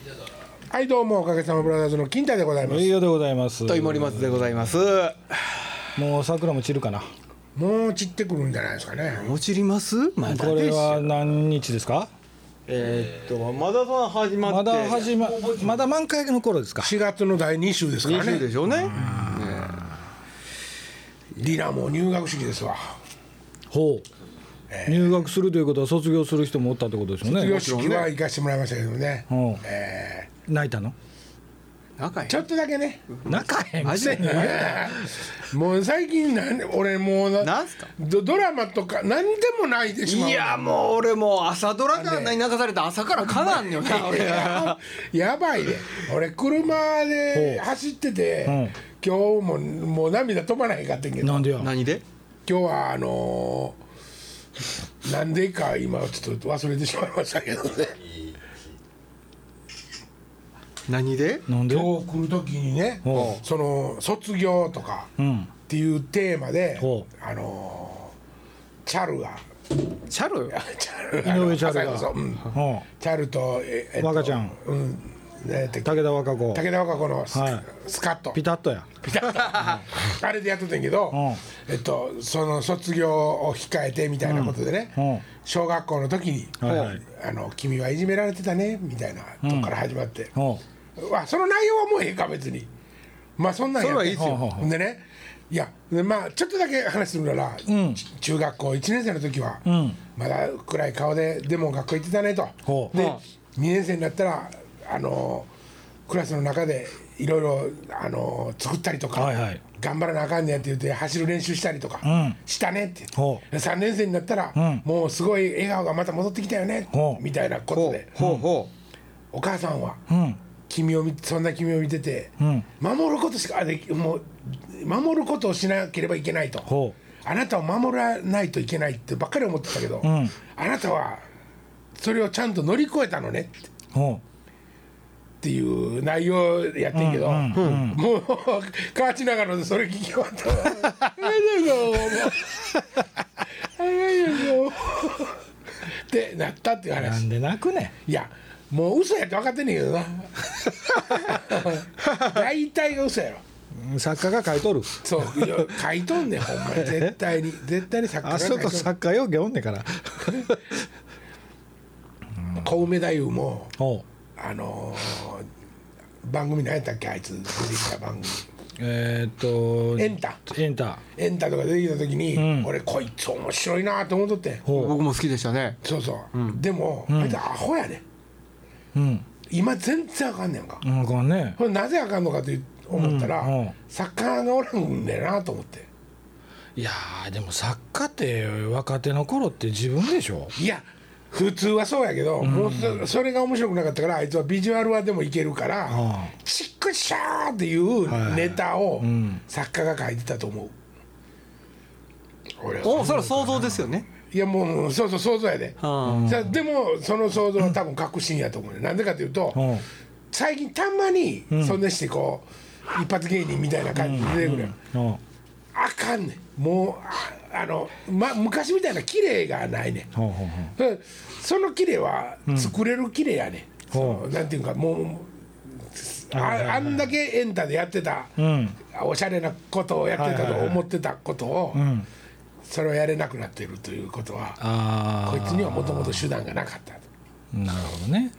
はいどうもおかげさまブラザーズの金太でございます。 栄養でございます。 といもり松でございます。 もう桜も散るかな。 もう散ってくるんじゃないですかね。 もう散ります？まだこれは何日ですか？ まだ始まってまだ満開の頃ですか。 4月の第2週ですから 2週ね。 でしょうね。 リナも入学式ですわ。 ほう、入学するということは卒業する人もおったってことですよね。 卒業式は行かせてもらいましたけどね。 泣いたの？ 仲いい。 ちょっとだけね。 泣かへんくせに。 もう最近俺もうなんすか？ ドラマとか何でも泣いてしまう。 いやもう俺もう朝ドラから泣かされた朝からかなんよな俺。 やばいね。俺車で走ってて今日もう涙止まらへんかったんけど。 なんでや。 何で？ 今日はなんでか今ちょっと忘れてしまいましたけどね。 何で？ なんで？ 今日来る時にね、その卒業とかっていうテーマで、チャルがチャル？ 井上チャルがチャルと若ちゃん、武田若子のスカッとピタッとや。 あれでやってたんやけど、その卒業を控えてみたいなことでね、小学校の時に君はいじめられてたねみたいなとこから始まって、その内容はもうええか別に、まあそんなんやってそれはいいですよ。 でね、いやまあちょっとだけ話するなら、中学校1年生の時はまだ暗い顔ででも学校行ってたねと。で2年生になったらクラスの中でいろいろ作ったりとか、頑張らなあかんねんって言って走る練習したりとかしたねって言って、3年生になったらもうすごい笑顔がまた戻ってきたよねみたいなことで、お母さんはそんな君を見てて、守ることしかもう守ることをしなければいけないと、あなたを守らないといけないってばっかり思ってたけど、あなたはそれをちゃんと乗り越えたのねっていう内容やってんけど、もう河内長野でそれ聞き終わったらってなったっていう話。 なんで泣くねん。いやもう嘘やって分かってんねんけどな。大体が嘘やろ。 作家が書いとる。 そう書いとんねんほんまに絶対に作家があそこ作家ようけおんねんから。 小梅太夫も番組何やったっけあいつ出てきた番組エンタとか出てきた時に、俺こいつ面白いなと思っとって。 僕も好きでしたね。 そうそう、でもあいつアホやね、今全然あかんねんか。 あかんね。 これなぜあかんのかと思ったら、作家がおらんねんなと思って。 いやでも作家って若手の頃って自分でしょ。 いや普通はそうやけど、もうそれが面白くなかったから、あいつはビジュアルはでもいけるから「チックシャー」っていうネタを作家が書いてたと思う。俺はそれは想像ですよね。 いやもうそう想像やで。でもその想像は多分確信やと思うね。なんでかというと、最近たまにそんなしてこう一発芸人みたいな感じで出てくるやん。あかんねん。もう昔みたいな綺麗がないねん。その綺麗は作れる綺麗やねん。なんていうかもうあんだけエンタでやってた、おしゃれなことをやってたと思ってたことを、それをやれなくなっているということは、こいつにはもともと手段がなかったと。 なるほどね。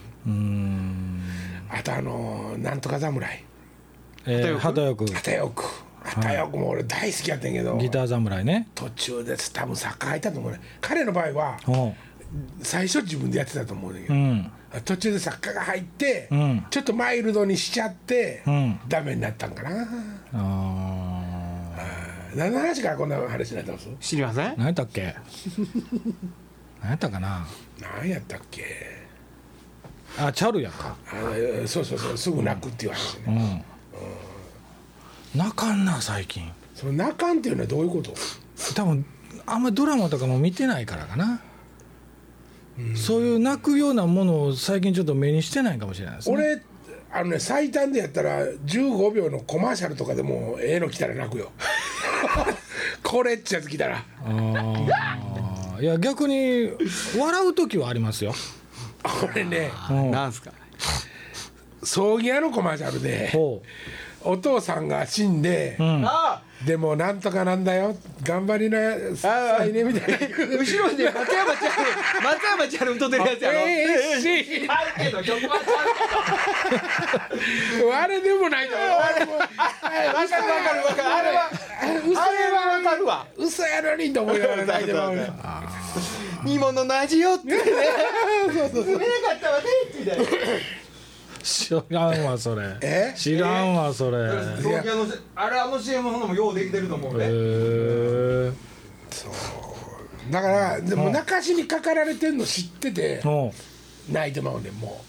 あとなんとか侍、 旗よくも俺大好きやったんやけど、 ギター侍ね。 途中で多分作家入ったと思うね。彼の場合は最初自分でやってたと思うんだけど、途中で作家が入って、ちょっとマイルドにしちゃって、ダメになったんかな。何の話からこんな話になったんです？ 知りません？ 何やったっけ？何やったかな。 何やったっけ？ チャルやか。 そうすぐ泣くっていう話ね。 泣かんな最近。 その泣かんっていうのはどういうこと？ 多分あんまりドラマとかも見てないからかな。そういう泣くようなものを最近ちょっと目にしてないかもしれないですね。 俺最短でやったら15秒のコマーシャルとかでもの来たら泣くよ。これっちやつ来たら。 いや逆に笑う時はありますよ。 俺ね、 なんすか。 葬儀屋のコマーシャルでお父さんが死んで、でもなんとかなんだよ頑張りなさいねみたいな後ろで松山千春歌ってるやつやろ。けど曲はちゃあれでもないのよ。 うけど。わかる。あれはわかるわ。 嘘やのにと思いながら泣いてまうね。 煮物の味よってね。そう進めなかったわねみたいな。 知らんわそれ。知らんわそれ。 あれCM の方もようできてると思うね。 そうだからでも泣かしにかかられてんの知ってて泣いてまうねんも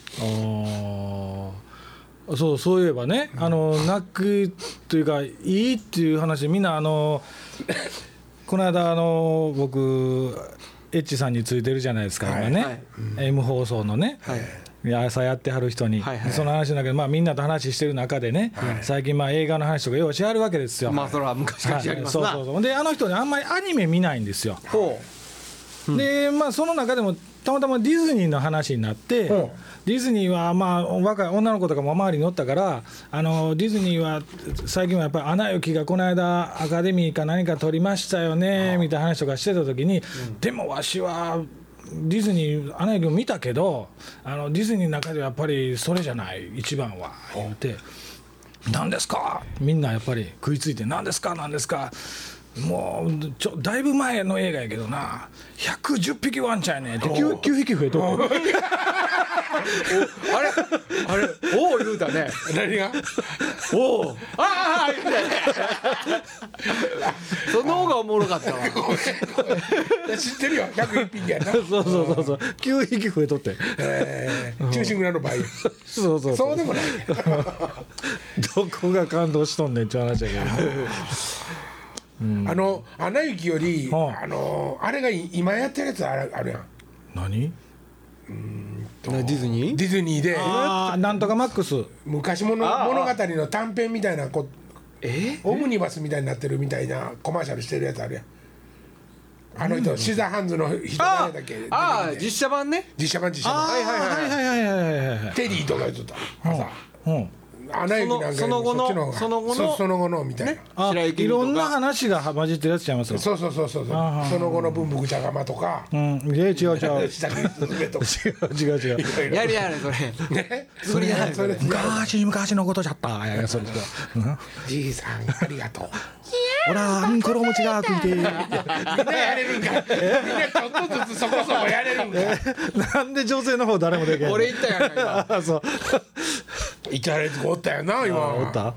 う。そういえばね、泣くというかいいっていう話みんなこの間僕エッチさんについてるじゃないですか、今ね、M 放送のね、朝やってはる人に、その話だけど、みんなと話してる中でね、最近映画の話とかようしはるわけですよ。 それは昔からやりますな。 そうであのんまりアニメ見ないんですよ。でその中でもたまたまディズニーの話になって、ディズニーは若い女の子とかも周りにおったからディズニーは最近はやっぱり「アナ雪」がこの間アカデミーか何か取りましたよねみたいな話とかしてた時に、でもわしはディズニーアナ雪を見たけどディズニーの中ではやっぱりそれじゃない一番は言うて「何ですか?」みんなやっぱり食いついて「何ですか何ですか?」もうだいぶ前の映画やけどな110匹ワンちゃんやねんって 9匹増えとるあれおお言うたね。 何がおおああ言うたね。その方がおもろかったわ。 知ってるよ101匹やな。 そう9匹増えとって中心蔵の場合そうでもないどこが感動しとんねんって話やけどアナ雪よりあれが今やってるやつあるやん。 何ディズニーでなんとかマックス昔物語の短編みたいなオムニバスみたいになってるみたいなコマーシャルしてるやつあるやん。あの人シザーハンズの人誰だっけ。 実写版ね。 実写版はいテリーとか言っとった朝アナ雪なんかその後のみたいな。 いろんな話が混じってるやつちゃいますよ。 そうその後の文福茶釜とか違う違うやりそれ昔のことじゃったそれじいさんありがとうほら衣餅が食いてみんなやれるんかみんなちょっとずつそこそこやれるんかなんで女性の方誰もできへん。 俺言ったやんかそういちゃれつこおったよな今。 おった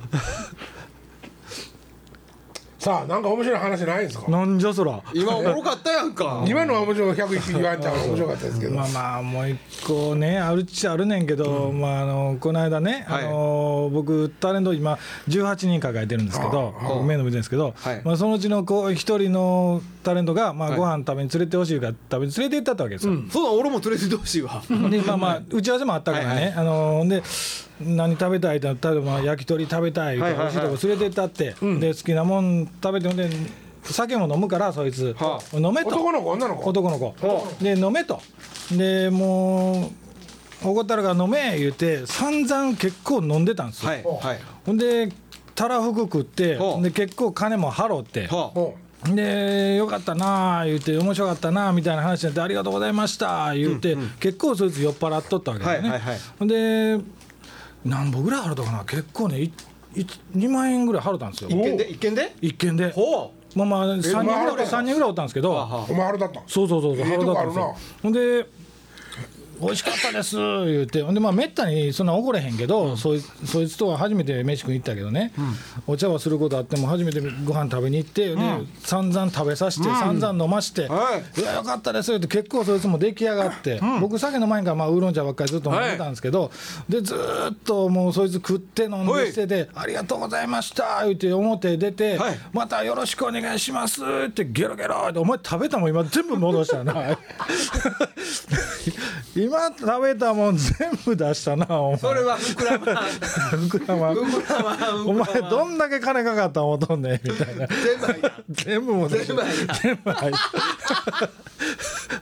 さあなんか面白い話ないんですか。 なんじゃそら今おもろかったやんか。 今のは面白い101匹ワンちゃんは面白かったですけどもう一個ねあるっちゃあるねんけど、この間ね、僕タレント今18人抱えてるんですけど目の見てるんですけど、そのうちの一人のタレントがご飯食べに連れてほしいから食べに連れて行ったってわけですよ。 そう俺も連れて行ってほしいわ。 で打ち合わせもあったからねで何食べたいって例えば焼き鳥食べたいとか美味しいとこ連れて行ったってで好きなもん食べてで酒も飲むからそいつ飲めと。 男の子女の子男の子で飲めとでもう怒ったらから飲め言うて散々結構飲んでたんですよ。ほんでたらふく食ってで結構金も払ってでよかったな言うて面白かったなみたいな話になってありがとうございました言うて結構そいつ酔っ払っとったわけだよね。ほんで何本ぐらい払ったかな結構ね2万円ぐらい払ったんですよ。 一件で 3人ぐらいおったんですけどお前払ったった。 そう払ったんですよ。ほんで美味しかったです言うてほんでめったにそんな怒れへんけど、そいつとは初めて飯食いに行ったけどね、お茶はすることあっても初めてご飯食べに行って、で散々食べさせて、散々飲まして、いやよかったですって結構そいつも出来上がって、僕酒飲まへんからウーロン茶ばっかりずっと飲んでたんですけど、でずっともうそいつ食って飲んでしててありがとうございました言って表出て、またよろしくお願いしますってゲロゲロってお前食べたもん今全部戻したよな今食べたもん全部出したなお前。 それは膨らまお前どんだけ金かかったん思とんねんみたいな。全部入った。全部入った。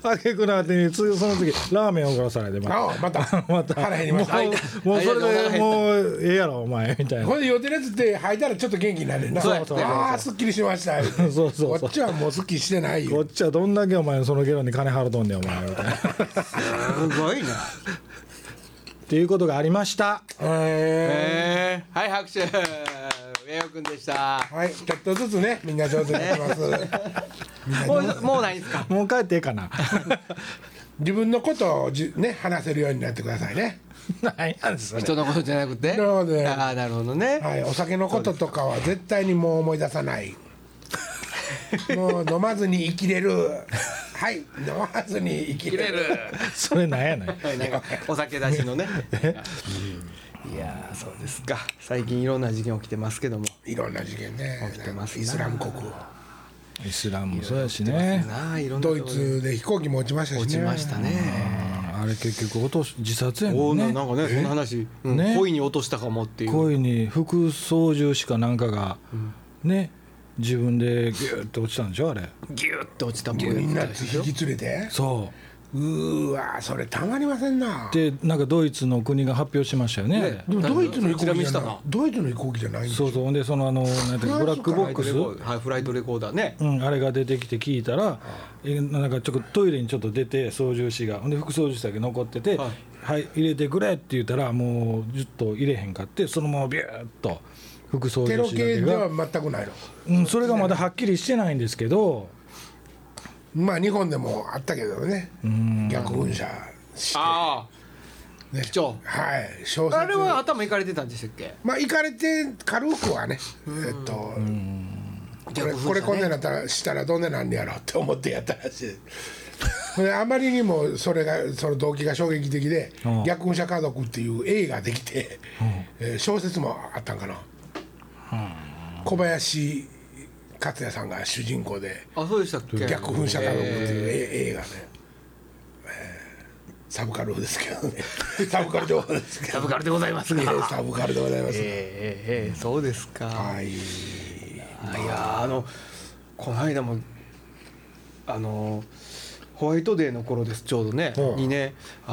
あげくなってにその次ラーメンおごらされてまた腹減りましたもうそれでもうええやろお前みたいな。 ほんで予定のやつって吐いたらちょっと元気になるねんな。ああすっきりしましたそうこっちはもうすっきりしてないよ。 こっちはどんだけお前そのゲロに金払うとんねんお前みたいなすごいなっていうことがありました。 はい拍手上尾くんでした。 はいちょっとずつねみんな上手になってますもうないんですか。 もう帰ってええかな自分のことをね話せるようになってくださいね。 何やんですか人のことじゃなくて。 なるほどね。 ああなるほどね。 はいお酒のこととかは絶対にもう思い出さないもう飲まずに生きれるはい飲まずに生きれるそれなんやねんなんかお酒出しのねいやそうですか。最近いろんな事件起きてますけども。 いろんな事件ね起きてますな。 イスラム国イスラムもそうやしね。 ドイツで飛行機も落ちましたしね。 落ちましたね。 あれ結局自殺やねんね。 なんかねそんな話故意に落としたかもっていう。 故意に副操縦士かなんかがね自分でギューって落ちたんでしょあれ。 ギューって落ちたもん。 みんな引き連れて。 そうわそれたまりませんな。 でなんかドイツの国が発表しましたよね。 でもドイツの飛行機じゃない。ドイツの飛行機じゃないんですよ。 そうでそのなんていうブラックボックスフライトレコーダーね。 あれが出てきて聞いたらなんかちょっとトイレにちょっと出て操縦士がで副操縦士だけ残っててはい入れてくれって言ったらもうずっと入れへんかってそのままビューッと副操縦士だけが。 テロ系では全くないの。 それがまだはっきりしてないんですけど。 まあ日本でもあったけどね逆噴射してね機長はいあれは頭いかれてたんでしたっけ。 まあいかれて軽くはねこれこんなになったらしたらどんななんねやろって思ってやったらしいあまりにもその動機が衝撃的で逆噴射家族っていう映画できて小説もあったんかな小林勝也さんが主人公でそうでしたっけ。 逆噴射家族っていう映画でサブカルですけどねサブカル情報ですけどサブカルでございますがサブカルでございますそうですか。 はいいやこの間もホワイトデーの頃ですちょうどねにね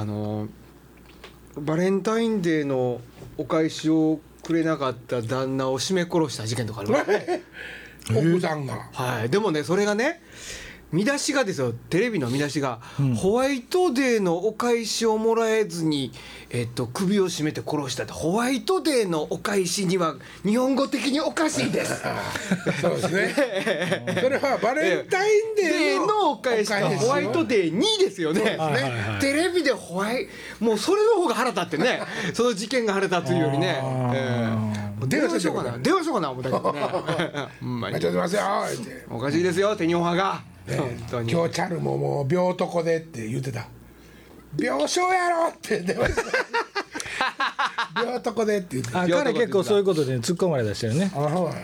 バレンタインデーのお返しをくれなかった旦那を絞め殺した事件とかありますね奥さんがはいでもねそれがね見出しがですよテレビの見出しが、ホワイトデーのお返しをもらえずに、首を絞めて殺したってホワイトデーのお返しには日本語的におかしいですそうですねそれはバレンタインデーのお返しかホワイトデー2ですよねテレビでもうそれの方が腹立ってねその事件が腹立つというよりね電話しようかな思ったけどねおかしいですよテニオ派が今日チャルもう病床でって言ってた病床やろって出ました病床でって言ってた彼結構そういうことで突っ込まれたしてるね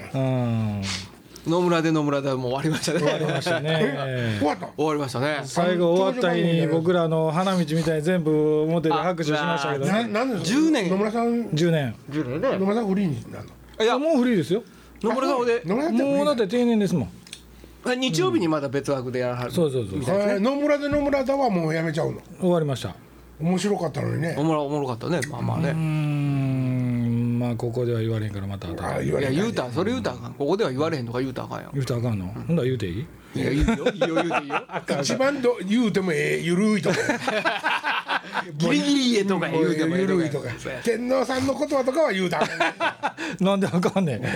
野村でもう終わりましたね終わりましたね終わりましたね最後終わった日に僕らの花道みたいに全部表で拍手しましたけどね 10年野村さん 10年野村さんフリーになるのいやもうフリーですよ野村さんでもうだって定年ですもん日曜日にまだ別枠でやらはるそう野村田はもうやめちゃうの終わりました面白かったのにねおもろかったねまあねまあここでは言われへんからまた言うたらあかんここでは言われへんとか言うたらあかんよ言うたらあかんのほんだら言うていいいや言うていいよ一番言うてもゆるいとかギリギリ言えとか言うてもゆるいとか天皇さんの言葉とかは言うたらあかんなんであかんねん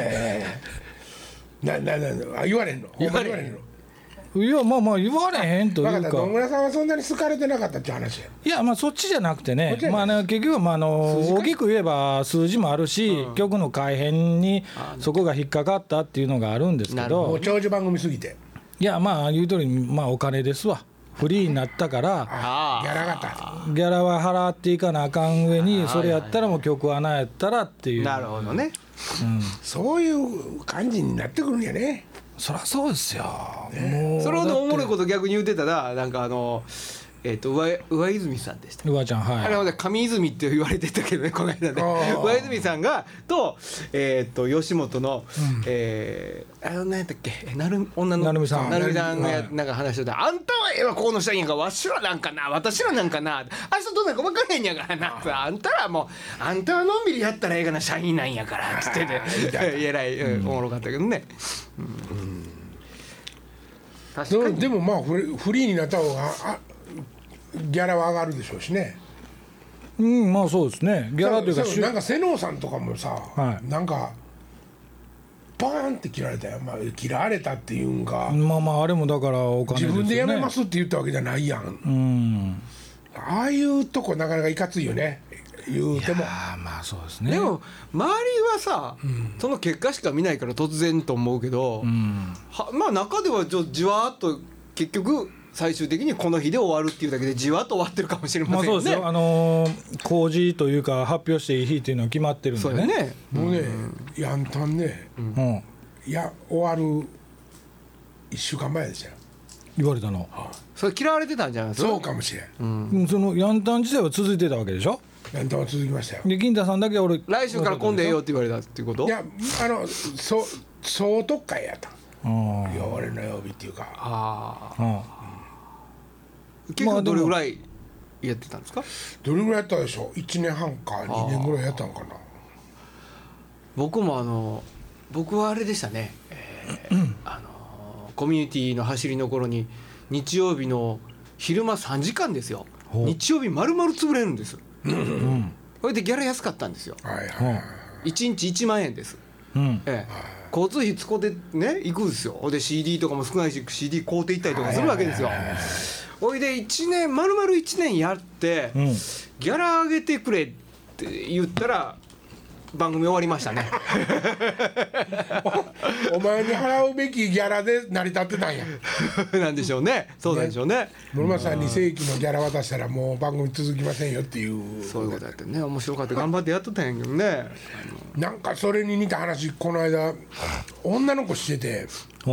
言われんのいやまあ言われへんというか野村さんはそんなに好かれてなかったっていう話やいやまあそっちじゃなくてね結局は大きく言えば数字もあるし局の改編にそこが引っかかったっていうのがあるんですけどもう長寿番組すぎていやまあ言う通りお金ですわフリーになったからギャラがギャラは払っていかなあかん上にそれやったらもう曲は何やったらっていうなるほどねそういう感じになってくるんやねそりゃそうですよそれほどおもろいこと逆に言うてたらなんか上泉さんでした。 上ちゃん、はい。 あれはね上泉って言われてたけどねこの間ね。上泉さんがと吉本の何やったっけ女の成美さんがなんか話してた。あんたはこうのしたんやんかわしらなんかな私らなんかなあいつどうなんか分からへんやからなあんたらもうあんたはのんびりやったらええがな社員なんやからっつっててえらいおもろかったけどね。確かにでもまあフリーになった方がギャラは上がるでしょうしね。 まあそうですね。ギャラというかなんか瀬能さんとかもさ、 はい、 なんかバーンって切られたよ。まあ切られたっていうんか、 まああれもだからお金ですよね。 自分で辞めますって言ったわけじゃないやん。ああいうとこなかなかいかついよね。言うても。 まあそうですね。 でも周りはさ、その結果しか見ないから突然と思うけど、まあ中ではじわっと結局最終的にこの日で終わるっていうだけでじわっと終わってるかもしれませんね。 まあそうですよ。公示というか発表していい日っていうのは決まってるんでね。 そうね。 もうね、やんたんね、いや終わる1週間前でしたよ。 言われたの。 それ嫌われてたんじゃないですか。 そうかもしれん。 そのヤンタン自体は続いてたわけでしょ。 ヤンタンは続きましたよ。 で金田さんだけ俺来週から混んでええよって言われたっていうこと。 いや総特会やった。俺の曜日っていうか。 結構どれぐらいやってたんですか。 どれぐらいやったでしょう。1年半か2年ぐらいやったのかな。 僕も僕はあれでしたね、コミュニティの走りの頃に日曜日の昼間3時間ですよ。日曜日丸々潰れるんです。それでギャラ安かったんですよ。1日1万円です。交通費使ってね行くんですよ。で CD とかも少ないし CD 買うていったりとかするわけですよ。おいで丸々1年やって、ギャラ上げてくれって言ったら番組終わりましたね。 お前に払うべきギャラで成り立ってたんや。 なんでしょうね。そうなんでしょうね。 室間さんに正規のギャラ渡したらもう番組続きませんよっていう。 そういうことやってね面白かった頑張ってやっとったんやけどね。 なんかそれに似た話この間女の子してて、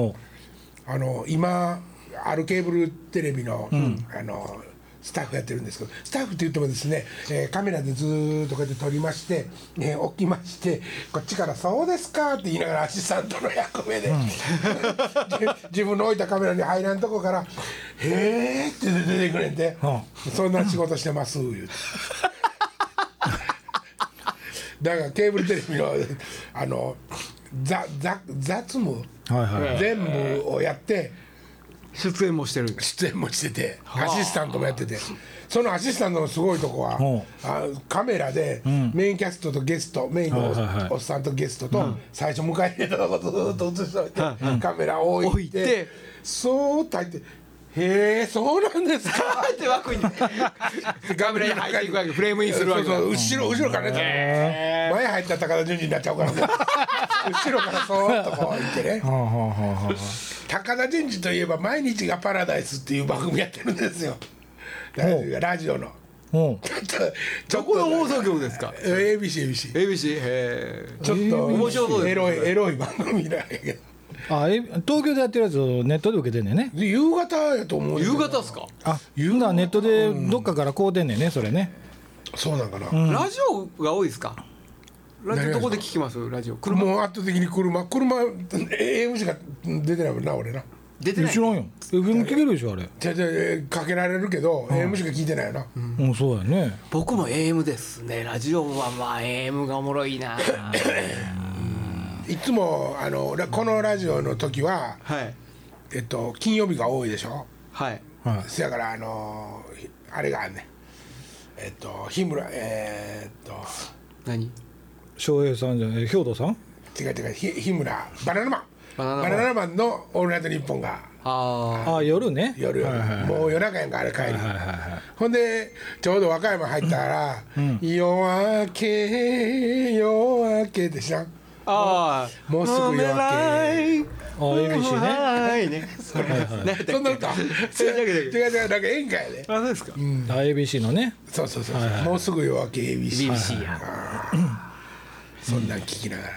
今あるケーブルテレビの、スタッフやってるんですけど、スタッフって言ってもですね、カメラでずーっとこうやって撮りまして、置きましてこっちから「そうですか」って言いながらアシスタントの役目で自分の置いたカメラに入らんとこから「へーって出てくれんて、そんな仕事してます」言うて。だからケーブルテレビの雑務、全部をやって出演もしててアシスタントもやってて、そのアシスタントのすごいとこはカメラでメインキャストとゲスト、メインのおっさんとゲストと最初迎え入れたとこずっと映しておいて、カメラ置いてそーっと入って「へえそうなんですか」 って枠にカメラに入っていくわけ、フレームインするわけ。 後ろからね、前入った高田純次になっちゃうからね。後ろからそーっとこう行ってね。高田純次といえば「毎日がパラダイス」っていう番組やってるんですよ、ラジオの。 どこの放送局ですか。 ABC ちょっと面白そうです。 エロい番組なんやけど。 東京でやってるやつをネットで受けてんねんね。 夕方やと思う。 夕方っすか。 ネットでどっかから買うてんねんねそれね。 そうなんかな。 ラジオが多いですか。ラジオどこで聞きます。ラジオもう圧倒的に車 AM しか出てないもんな俺な。 出てない。 知らんよ。FM 聞けるでしょあれ。 かけられるけど AM しか聞いてないよな。 そうやね。 僕も AM ですね。ラジオはまあ AM がおもろいな。 いつもこのラジオの時は、金曜日が多いでしょ。せやからあれがあんねん。日村何？ 翔平さんじゃない、兵頭さん？ 違う日村バナナマンの「オールナイトニッポン」が夜ね。 夜もう夜中やんかあれ帰り。ほんでちょうど和歌山入ったら「夜明け夜明け」って知らん？もうすぐ夜明け。 ABC ね。 そんな歌違うなんか演歌やで。 そうですか。 ABC のね。 そうもうすぐ夜明け ABC や。そんなん聞きながら。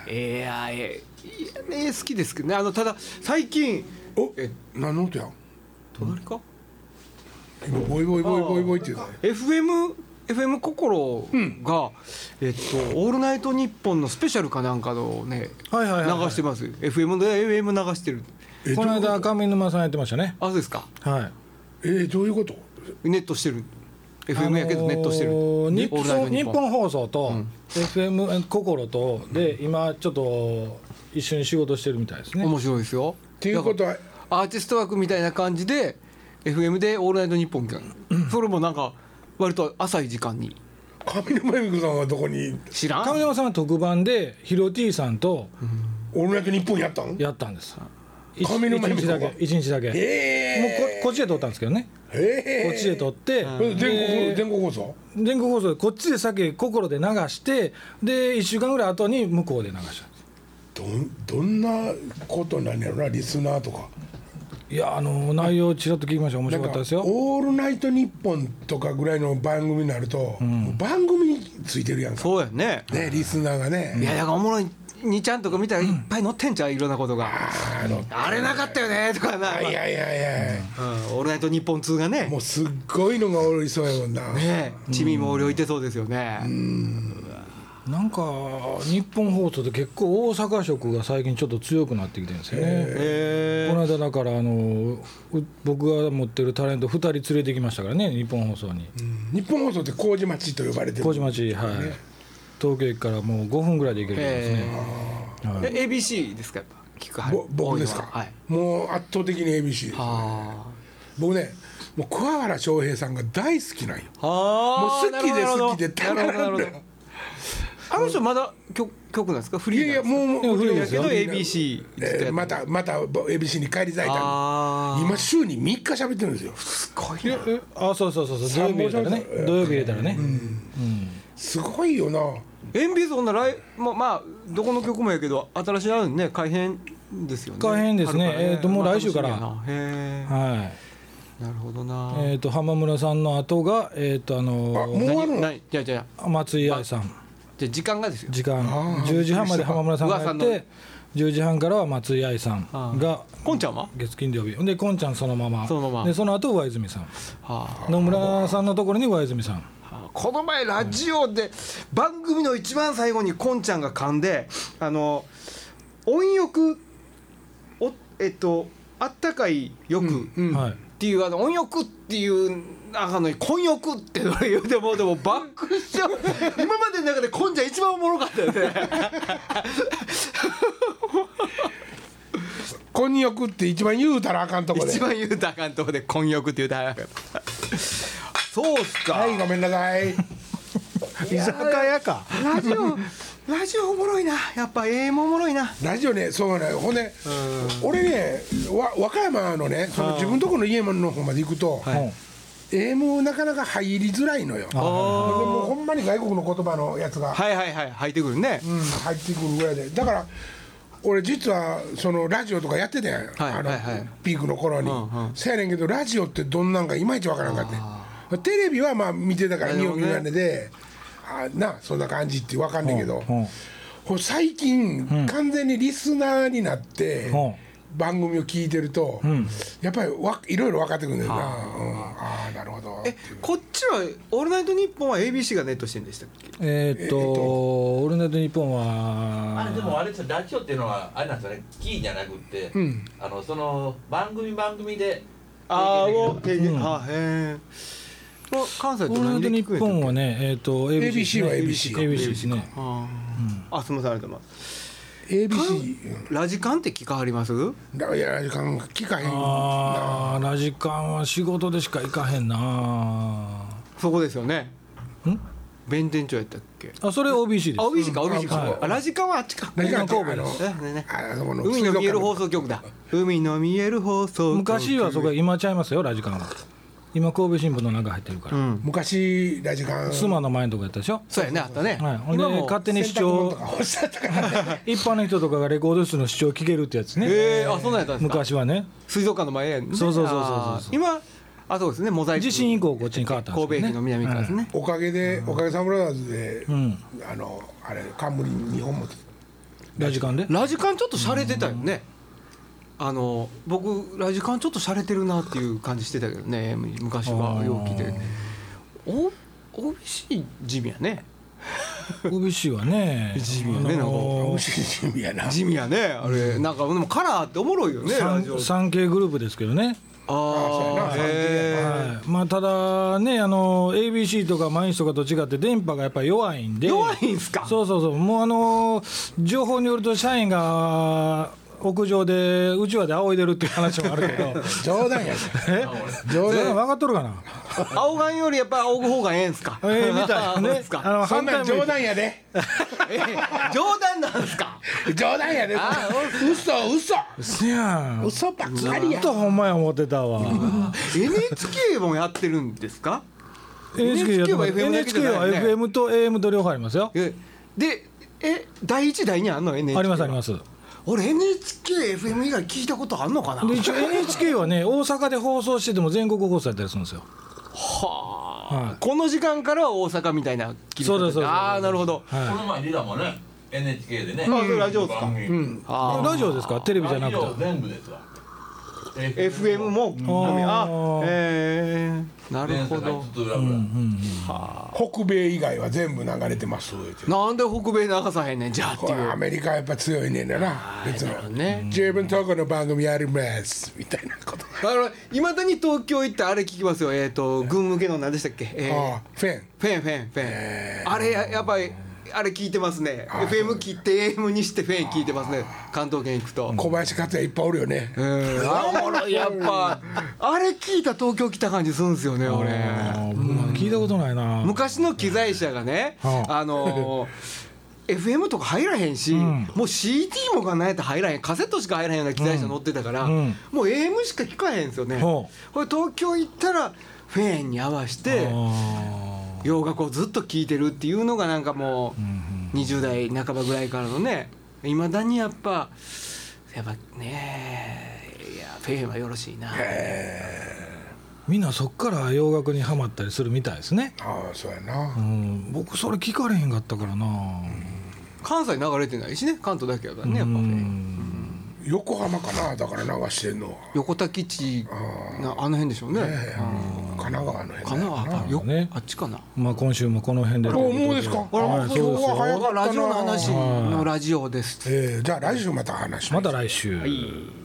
好きですけどね。ただ最近何の音やん。 隣か。 今ボイボイボイボイボイって言うたね FM 心が、オールナイトニッポンのスペシャルかなんかのね、 はいはいはいはい流してます。FM で AM 流してる。 この間上沼さんやってましたね。 あ、そうですか。 はいどういうこと？ ネットしてる。FM やけどネットしてる。 日本放送と FM 心とで今ちょっと一緒に仕事してるみたいですね。 面白いですよ。 っていうことはアーティスト枠みたいな感じで FM でオールナイトニッポンみたいな。それもなんか割と浅い時間に。 上沼恵美子さんはどこに？ 知らん？ 上沼さんは特番でヒロティさんとオールナイトニッポンやったん？ やったんです。 上沼恵美子が 1日だけ。もうこっちで撮ったんですけどね。こっちで撮って全国放送でこっちで先心で流してで1週間ぐらい後に向こうで流したどんなことなんやろなリスナーとか。 いや内容ちらっと聞きました。面白かったですよ。 オールナイトニッポンとかぐらいの番組になると、もう番組についてるやんか。 そうやね。 リスナーがね。 いやだからおもろい2ちゃんとか見たらいっぱい載ってんちゃういろんなことが。あれなかったよねとかな。 いやオールナイトニッポン2がね。 もうすっごいのがおりそうやもんな。 ね、地味もおりおいてそうですよね。 なんか日本放送で結構大阪色が最近ちょっと強くなってきてるんですよね。この間だから僕が持ってるタレント2人連れてきましたからね日本放送に。 日本放送って麹町と呼ばれてる。 麹町、はい、東京駅からもう5分ぐらいで行けるんですね。 ABC ですかやっぱ聞くは僕ですか、はい、もう圧倒的に ABC です、ね、僕ねもう桑原翔平さんが大好きなんよ。もう好きで好きでたまらんのよ。 あの人まだ曲なんですか？フリーなんですか？ いやもうフリーだけど ABC また ABC に帰りたいため今週に3日喋ってるんですよ。 すごいな。そう土曜日入れたらね。土曜日入れたらね。 すごいよな。 エンビーズほんならまあどこの曲もやけど新しいのね改編ですよね。 改編ですね。もう来週から。 はい。なるほどな。 浜村さんの後がもうあるの？ じゃあ松井愛さん。 じゃ時間がですよ。 時間10時半まで浜村さんがやって10時半からは松井愛さんがこんちゃんは月金土曜日でこんちゃんそのままでその後上泉さん野村さんのところに上泉さん。 この前ラジオで番組の一番最後にこんちゃんが噛んで温浴あったかい浴っていう温浴っていう混浴って言うてもでも爆笑今までの中でこんちゃん一番おもろかったよね。 混浴って一番言うたらあかんとこで一番言うたらあかんとこで混浴って言うたらあかん。そうっすか。 はいごめんなさい。 居酒屋か。 ラジオおもろいな。やっぱAMおもろいな。 ラジオねそうね。ほんで俺ね和歌山のねその自分とこの家の方まで行くと、AM なかなか入りづらいのよ。でもほんまに外国の言葉のやつが入ってくるね。 入ってくるぐらいでだから俺実はそのラジオとかやってたやん、ピークの頃に、せやねんけどラジオってどんなんかいまいちわからんかってテレビはまあ見てたから日本見なんでそんな感じってわかんねんけど、最近完全にリスナーになって番組を聞いてると、やっぱりいろいろ分かってくるんだよな。あなるほど。 こっちは「オールナイトニッポン」は ABC がネットしてるんでしたっけ？ オールナイトニッポンはでもあれラジオっていうのはあれなんですよね。キーじゃなくって、その番組で関西とオールナイトニッポンはね ABC は ABC ですね。 すみませんありがとうございます。 ABC ラジカンって聞かはります？ いやラジカン聞かへん。 ラジカンは仕事でしか行かへんな。 そこですよね。弁天町やったっけ？ それ OBC です。 OBC か。ラジカンはあっちか。 ラジカン神戸です。海の見える放送局だ。海の見える放送局。 昔はそこ今ちゃいますよラジカンは。今神戸新聞の中入ってるから、 昔ラジカンスマの前のとこやったでしょ。 そうやねあったね。 ほんで勝手に視聴一般の人とかがレコード室の視聴聞けるってやつね。 そんなんやったんですか。 昔はね水族館の前やね。 そう今そうですねモザイク地震以降こっちに変わったんです神戸駅の南側ですね。 おかげさんブラザーズであれ冠日本もラジカンでラジカンちょっと洒落てたよね。 僕ラジカンちょっと洒落てるなっていう感じしてたけどね、昔は陽気で。OBC 地味やね。 OBC はね地味やね、なんか地味やな。 地味やねあれ、なんかでもカラーっておもろいよね、ラジオ。 3K グループですけどね。 はい、 まあただねABC とか毎日とかと違って電波がやっぱり弱いんで。 弱いんすか。 そうもう情報によると社員が屋上でうちわで仰いでるっていう話もあるけど冗談やで。 冗談分かっとるかな。 仰がんよりやっぱ仰ぐ方がええんすか。 みたいなね。 そんなん冗談やで。 冗談なんすか。 冗談やで。嘘せやん。 嘘ばっかりや。 ずっとほんまや思ってたわ。 NHK もやってるんですか。 NHK は FM と AM と両方ありますよ。 で第1第2あんの NHK。 ありますあります。 俺 NHK、FM 以外聞いたことあんのかな。 で一応 NHK はね大阪で放送してても全国放送やったりするんですよ。 はあ、この時間からは大阪みたいな気そうです。 ああなるほど、 この前出たもんね NHK でね。 それラジオですか。 ラジオですか、テレビじゃなくて。 全部ですわ。 FM もなるほど。 北米以外は全部流れてます。 なんで北米流さへんねんじゃあっていう。 アメリカやっぱ強いねんだな。別の十分とこの番組やりますみたいなこと。 いまだに東京行ってあれ聞きますよ。軍向けの何でしたっけ。 フェン。 あれやっぱりあれ聞いてますね。FM 切って AM にしてフェン聞いてますね。関東圏行くと小林克也いっぱいおるよね。 やっぱあれ聞いた東京来た感じするんですよね。俺聞いたことないな。 昔の機材車がねFM とか入らへんし、もう CD もがないやったら入らへん、カセットしか入らへんような機材車乗ってたから、もう AM しか聞かへんですよね。これ東京行ったらフェンに合わせて洋楽をずっと聴いてるっていうのがなんかもう20代半ばぐらいからのね、いまだにやっぱねいやフェンはよろしいな。 みんなそっから洋楽にはまったりするみたいですね。 そうやな。 僕それ聞かれへんかったからな。 関西流れてないしね、関東だけやからねやっぱフェン。 横浜かな、だから流してんのは横田基地あの辺でしょうね。 神奈川の辺。 神奈川ね、あっちかな。 まあ今週もこの辺で。 もうですか。 今日は早かったな。ラジオの話のラジオです。 じゃあ来週また話します。 また来週。